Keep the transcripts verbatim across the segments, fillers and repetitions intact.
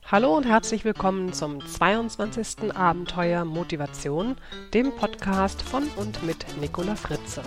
Hallo und herzlich willkommen zum zweiundzwanzigsten Abenteuer Motivation, dem Podcast von und mit Nicola Fritze.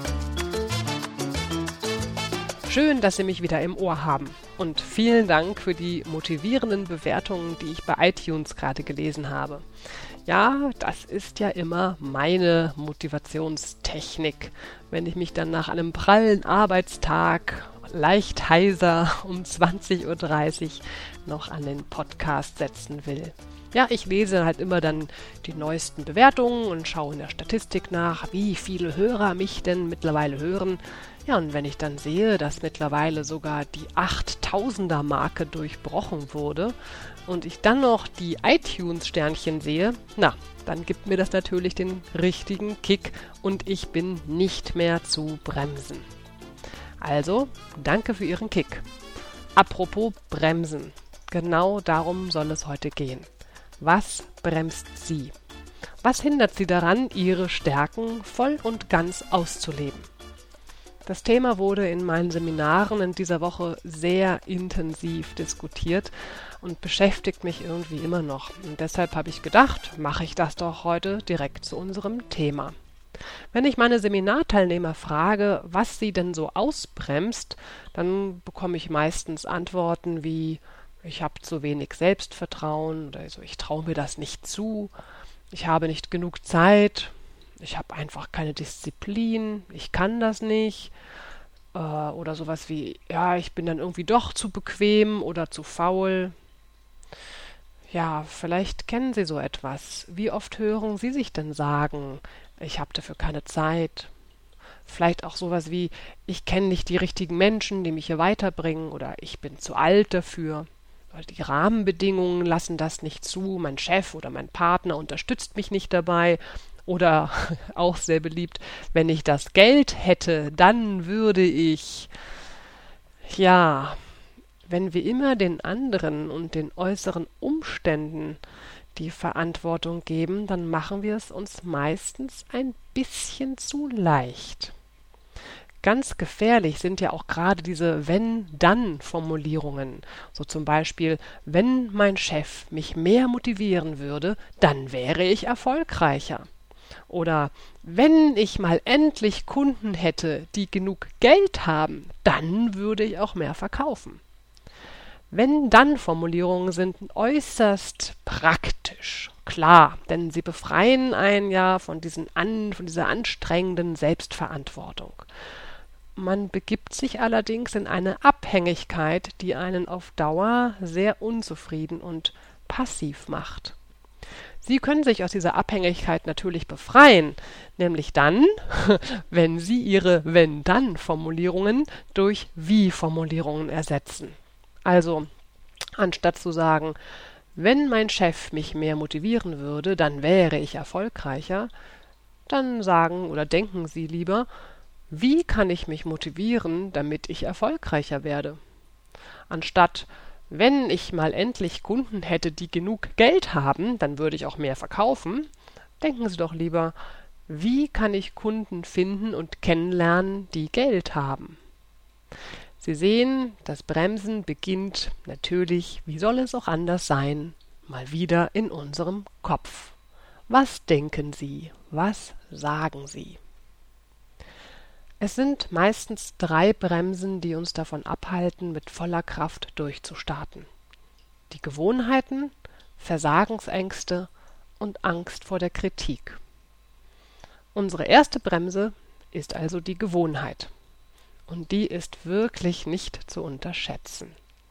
Schön, dass Sie mich wieder im Ohr haben und vielen Dank für die motivierenden Bewertungen, die ich bei iTunes gerade gelesen habe. Ja, das ist ja immer meine Motivationstechnik, wenn ich mich dann nach einem prallen Arbeitstag leicht heiser um zwanzig Uhr dreißig noch an den Podcast setzen will. Ja, ich lese halt immer dann die neuesten Bewertungen und schaue in der Statistik nach, wie viele Hörer mich denn mittlerweile hören. Ja, und wenn ich dann sehe, dass mittlerweile sogar die achttausender-Marke durchbrochen wurde und ich dann noch die iTunes-Sternchen sehe, na, dann gibt mir das natürlich den richtigen Kick und ich bin nicht mehr zu bremsen. Also, danke für Ihren Kick. Apropos Bremsen, genau darum soll es heute gehen. Was bremst Sie? Was hindert Sie daran, Ihre Stärken voll und ganz auszuleben? Das Thema wurde in meinen Seminaren in dieser Woche sehr intensiv diskutiert und beschäftigt mich irgendwie immer noch. Und deshalb habe ich gedacht, mache ich das doch heute direkt zu unserem Thema. Wenn ich meine Seminarteilnehmer frage, was sie denn so ausbremst, dann bekomme ich meistens Antworten wie, ich habe zu wenig Selbstvertrauen oder so, ich traue mir das nicht zu, ich habe nicht genug Zeit, ich habe einfach keine Disziplin, ich kann das nicht, äh, oder sowas wie, ja, ich bin dann irgendwie doch zu bequem oder zu faul. Ja, vielleicht kennen Sie so etwas. Wie oft hören Sie sich denn sagen, ich habe dafür keine Zeit? Vielleicht auch sowas wie, ich kenne nicht die richtigen Menschen, die mich hier weiterbringen, oder ich bin zu alt dafür. Oder die Rahmenbedingungen lassen das nicht zu, mein Chef oder mein Partner unterstützt mich nicht dabei. Oder auch sehr beliebt, wenn ich das Geld hätte, dann würde ich. Ja, wenn wir immer den anderen und den äußeren Umständen die Verantwortung geben, dann machen wir es uns meistens ein bisschen zu leicht. Ganz gefährlich sind ja auch gerade diese Wenn-Dann-Formulierungen. So zum Beispiel, wenn mein Chef mich mehr motivieren würde, dann wäre ich erfolgreicher. Oder wenn ich mal endlich Kunden hätte, die genug Geld haben, dann würde ich auch mehr verkaufen. Wenn-Dann-Formulierungen sind äußerst praktisch, klar, denn sie befreien einen ja von, diesen an, von dieser anstrengenden Selbstverantwortung. Man begibt sich allerdings in eine Abhängigkeit, die einen auf Dauer sehr unzufrieden und passiv macht. Sie können sich aus dieser Abhängigkeit natürlich befreien, nämlich dann, wenn Sie Ihre Wenn-Dann-Formulierungen durch Wie-Formulierungen ersetzen. Also, anstatt zu sagen, wenn mein Chef mich mehr motivieren würde, dann wäre ich erfolgreicher, dann sagen oder denken Sie lieber, wie kann ich mich motivieren, damit ich erfolgreicher werde? Anstatt, wenn ich mal endlich Kunden hätte, die genug Geld haben, dann würde ich auch mehr verkaufen, denken Sie doch lieber, wie kann ich Kunden finden und kennenlernen, die Geld haben? Sie sehen, das Bremsen beginnt natürlich, wie soll es auch anders sein, mal wieder in unserem Kopf. Was denken Sie? Was sagen Sie? Es sind meistens drei Bremsen, die uns davon abhalten, mit voller Kraft durchzustarten. Die Gewohnheiten, Versagensängste und Angst vor der Kritik. Unsere erste Bremse ist also die Gewohnheit. Und die ist wirklich nicht zu unterschätzen.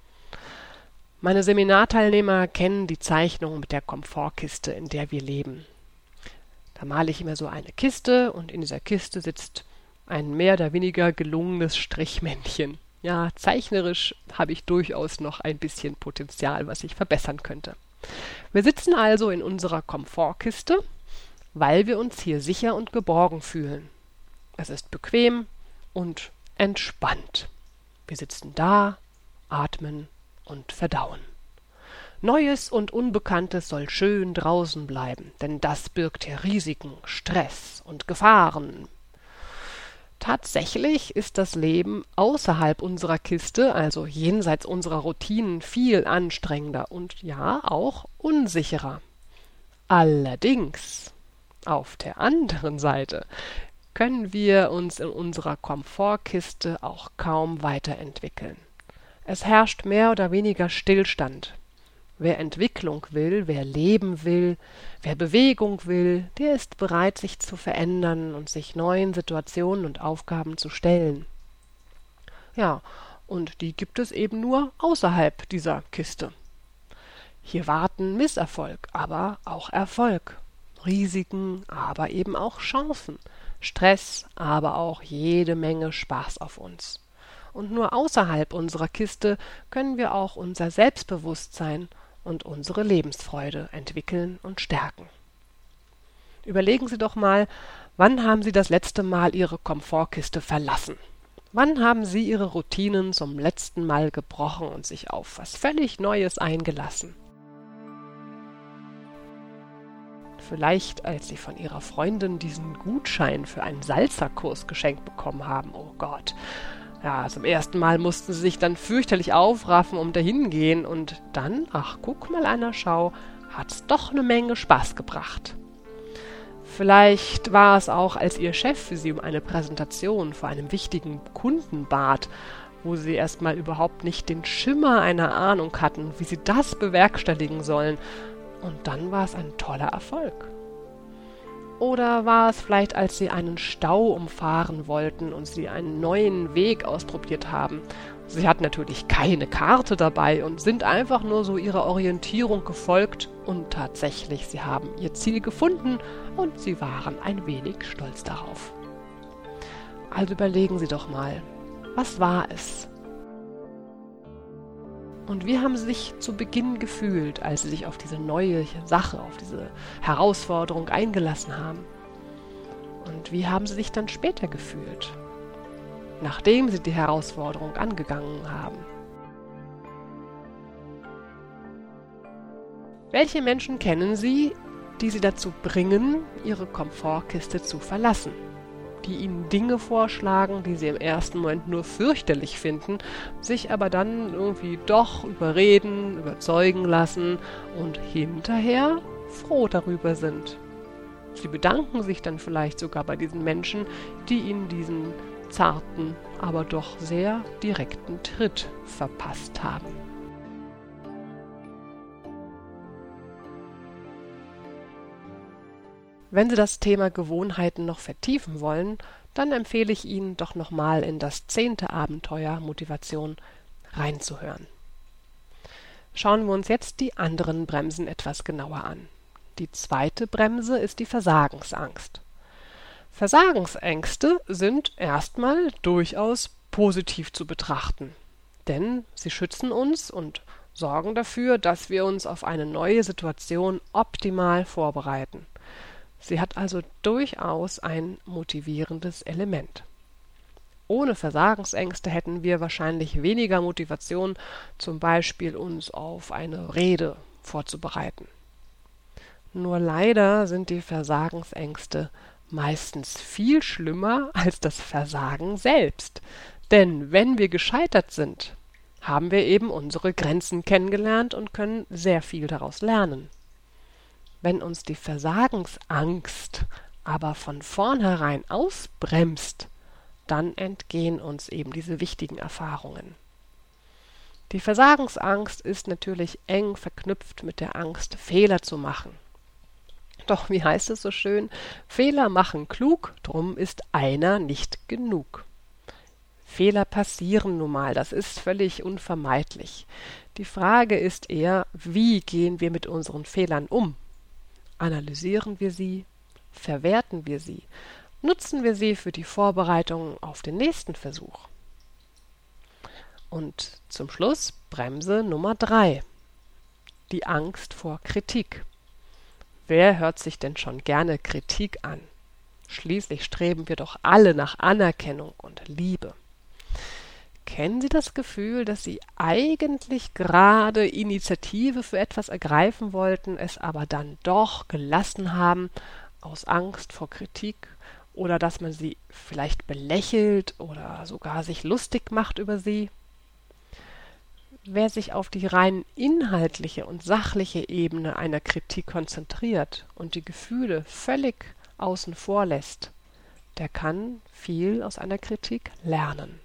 Meine Seminarteilnehmer kennen die Zeichnung mit der Komfortkiste, in der wir leben. Da male ich immer so eine Kiste und in dieser Kiste sitzt ein mehr oder weniger gelungenes Strichmännchen. Ja, zeichnerisch habe ich durchaus noch ein bisschen Potenzial, was ich verbessern könnte. Wir sitzen also in unserer Komfortkiste, weil wir uns hier sicher und geborgen fühlen. Es ist bequem und entspannt. Wir sitzen da, atmen und verdauen. Neues und Unbekanntes soll schön draußen bleiben, denn das birgt ja Risiken, Stress und Gefahren. Tatsächlich ist das Leben außerhalb unserer Kiste, also jenseits unserer Routinen, viel anstrengender und ja auch unsicherer. Allerdings, auf der anderen Seite, können wir uns in unserer Komfortkiste auch kaum weiterentwickeln. Es herrscht mehr oder weniger Stillstand. Wer Entwicklung will, wer leben will, wer Bewegung will, der ist bereit, sich zu verändern und sich neuen Situationen und Aufgaben zu stellen. Ja, und die gibt es eben nur außerhalb dieser Kiste. Hier warten Misserfolg, aber auch Erfolg, Risiken, aber eben auch Chancen, Stress, aber auch jede Menge Spaß auf uns. Und nur außerhalb unserer Kiste können wir auch unser Selbstbewusstsein und unsere Lebensfreude entwickeln und stärken. Überlegen Sie doch mal, wann haben Sie das letzte Mal Ihre Komfortkiste verlassen? Wann haben Sie Ihre Routinen zum letzten Mal gebrochen und sich auf was völlig Neues eingelassen? Vielleicht, als Sie von Ihrer Freundin diesen Gutschein für einen Salzerkurs geschenkt bekommen haben. Oh Gott. Ja, zum ersten Mal mussten sie sich dann fürchterlich aufraffen, um dahin gehen. Und dann, ach, guck mal einer, schau, hat's doch eine Menge Spaß gebracht. Vielleicht war es auch, als Ihr Chef für Sie um eine Präsentation vor einem wichtigen Kunden bat, wo Sie erstmal überhaupt nicht den Schimmer einer Ahnung hatten, wie Sie das bewerkstelligen sollen. Und dann war es ein toller Erfolg. Oder war es vielleicht, als Sie einen Stau umfahren wollten und Sie einen neuen Weg ausprobiert haben? Sie hatten natürlich keine Karte dabei und sind einfach nur so Ihrer Orientierung gefolgt und tatsächlich, Sie haben Ihr Ziel gefunden und Sie waren ein wenig stolz darauf. Also überlegen Sie doch mal, was war es? Und wie haben Sie sich zu Beginn gefühlt, als Sie sich auf diese neue Sache, auf diese Herausforderung eingelassen haben? Und wie haben Sie sich dann später gefühlt, nachdem Sie die Herausforderung angegangen haben? Welche Menschen kennen Sie, die Sie dazu bringen, Ihre Komfortkiste zu verlassen? Die Ihnen Dinge vorschlagen, die Sie im ersten Moment nur fürchterlich finden, sich aber dann irgendwie doch überreden, überzeugen lassen und hinterher froh darüber sind. Sie bedanken sich dann vielleicht sogar bei diesen Menschen, die Ihnen diesen zarten, aber doch sehr direkten Tritt verpasst haben. Wenn Sie das Thema Gewohnheiten noch vertiefen wollen, dann empfehle ich Ihnen doch nochmal in das zehnte Abenteuer Motivation reinzuhören. Schauen wir uns jetzt die anderen Bremsen etwas genauer an. Die zweite Bremse ist die Versagensangst. Versagensängste sind erstmal durchaus positiv zu betrachten, denn sie schützen uns und sorgen dafür, dass wir uns auf eine neue Situation optimal vorbereiten. Sie hat also durchaus ein motivierendes Element. Ohne Versagensängste hätten wir wahrscheinlich weniger Motivation, zum Beispiel uns auf eine Rede vorzubereiten. Nur leider sind die Versagensängste meistens viel schlimmer als das Versagen selbst. Denn wenn wir gescheitert sind, haben wir eben unsere Grenzen kennengelernt und können sehr viel daraus lernen. Wenn uns die Versagensangst aber von vornherein ausbremst, dann entgehen uns eben diese wichtigen Erfahrungen. Die Versagensangst ist natürlich eng verknüpft mit der Angst, Fehler zu machen. Doch wie heißt es so schön? Fehler machen klug, drum ist einer nicht genug. Fehler passieren nun mal, das ist völlig unvermeidlich. Die Frage ist eher, wie gehen wir mit unseren Fehlern um? Analysieren wir sie? Verwerten wir sie? Nutzen wir sie für die Vorbereitung auf den nächsten Versuch? Und zum Schluss Bremse Nummer drei. Die Angst vor Kritik. Wer hört sich denn schon gerne Kritik an? Schließlich streben wir doch alle nach Anerkennung und Liebe. Kennen Sie das Gefühl, dass Sie eigentlich gerade Initiative für etwas ergreifen wollten, es aber dann doch gelassen haben, aus Angst vor Kritik oder dass man sie vielleicht belächelt oder sogar sich lustig macht über sie. Wer sich auf die rein inhaltliche und sachliche Ebene einer Kritik konzentriert und die Gefühle völlig außen vor lässt, der kann viel aus einer Kritik lernen.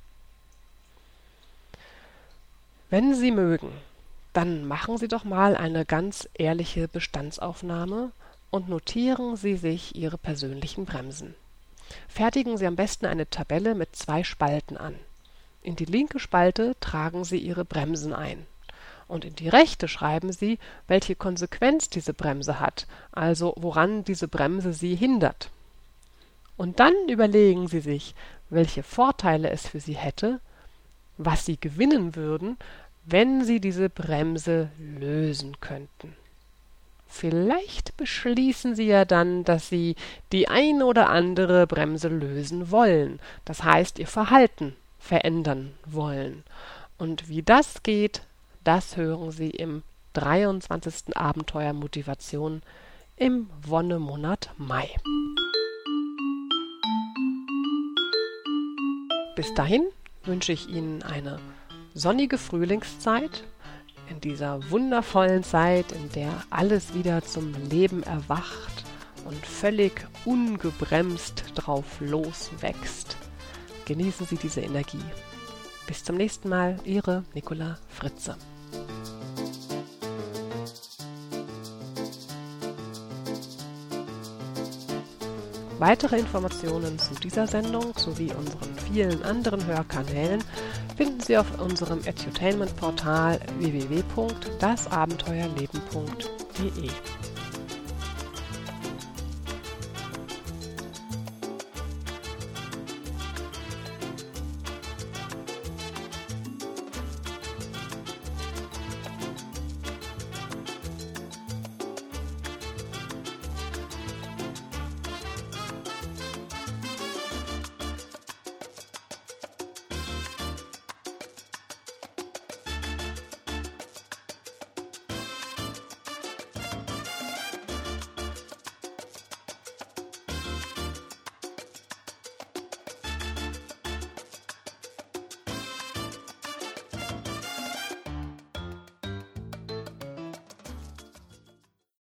Wenn Sie mögen, dann machen Sie doch mal eine ganz ehrliche Bestandsaufnahme und notieren Sie sich Ihre persönlichen Bremsen. Fertigen Sie am besten eine Tabelle mit zwei Spalten an. In die linke Spalte tragen Sie Ihre Bremsen ein und in die rechte schreiben Sie, welche Konsequenz diese Bremse hat, also woran diese Bremse Sie hindert. Und dann überlegen Sie sich, welche Vorteile es für Sie hätte, was Sie gewinnen würden, wenn Sie diese Bremse lösen könnten. Vielleicht beschließen Sie ja dann, dass Sie die ein oder andere Bremse lösen wollen, das heißt Ihr Verhalten verändern wollen. Und wie das geht, das hören Sie im dreiundzwanzigsten Abenteuer Motivation im Wonnemonat Mai. Bis dahin wünsche ich Ihnen eine sonnige Frühlingszeit, in dieser wundervollen Zeit, in der alles wieder zum Leben erwacht und völlig ungebremst drauf loswächst. Genießen Sie diese Energie. Bis zum nächsten Mal, Ihre Nicola Fritze. Weitere Informationen zu dieser Sendung sowie unseren vielen anderen Hörkanälen finden Sie auf unserem Edutainment-Portal w w w punkt das abenteuerleben punkt d e.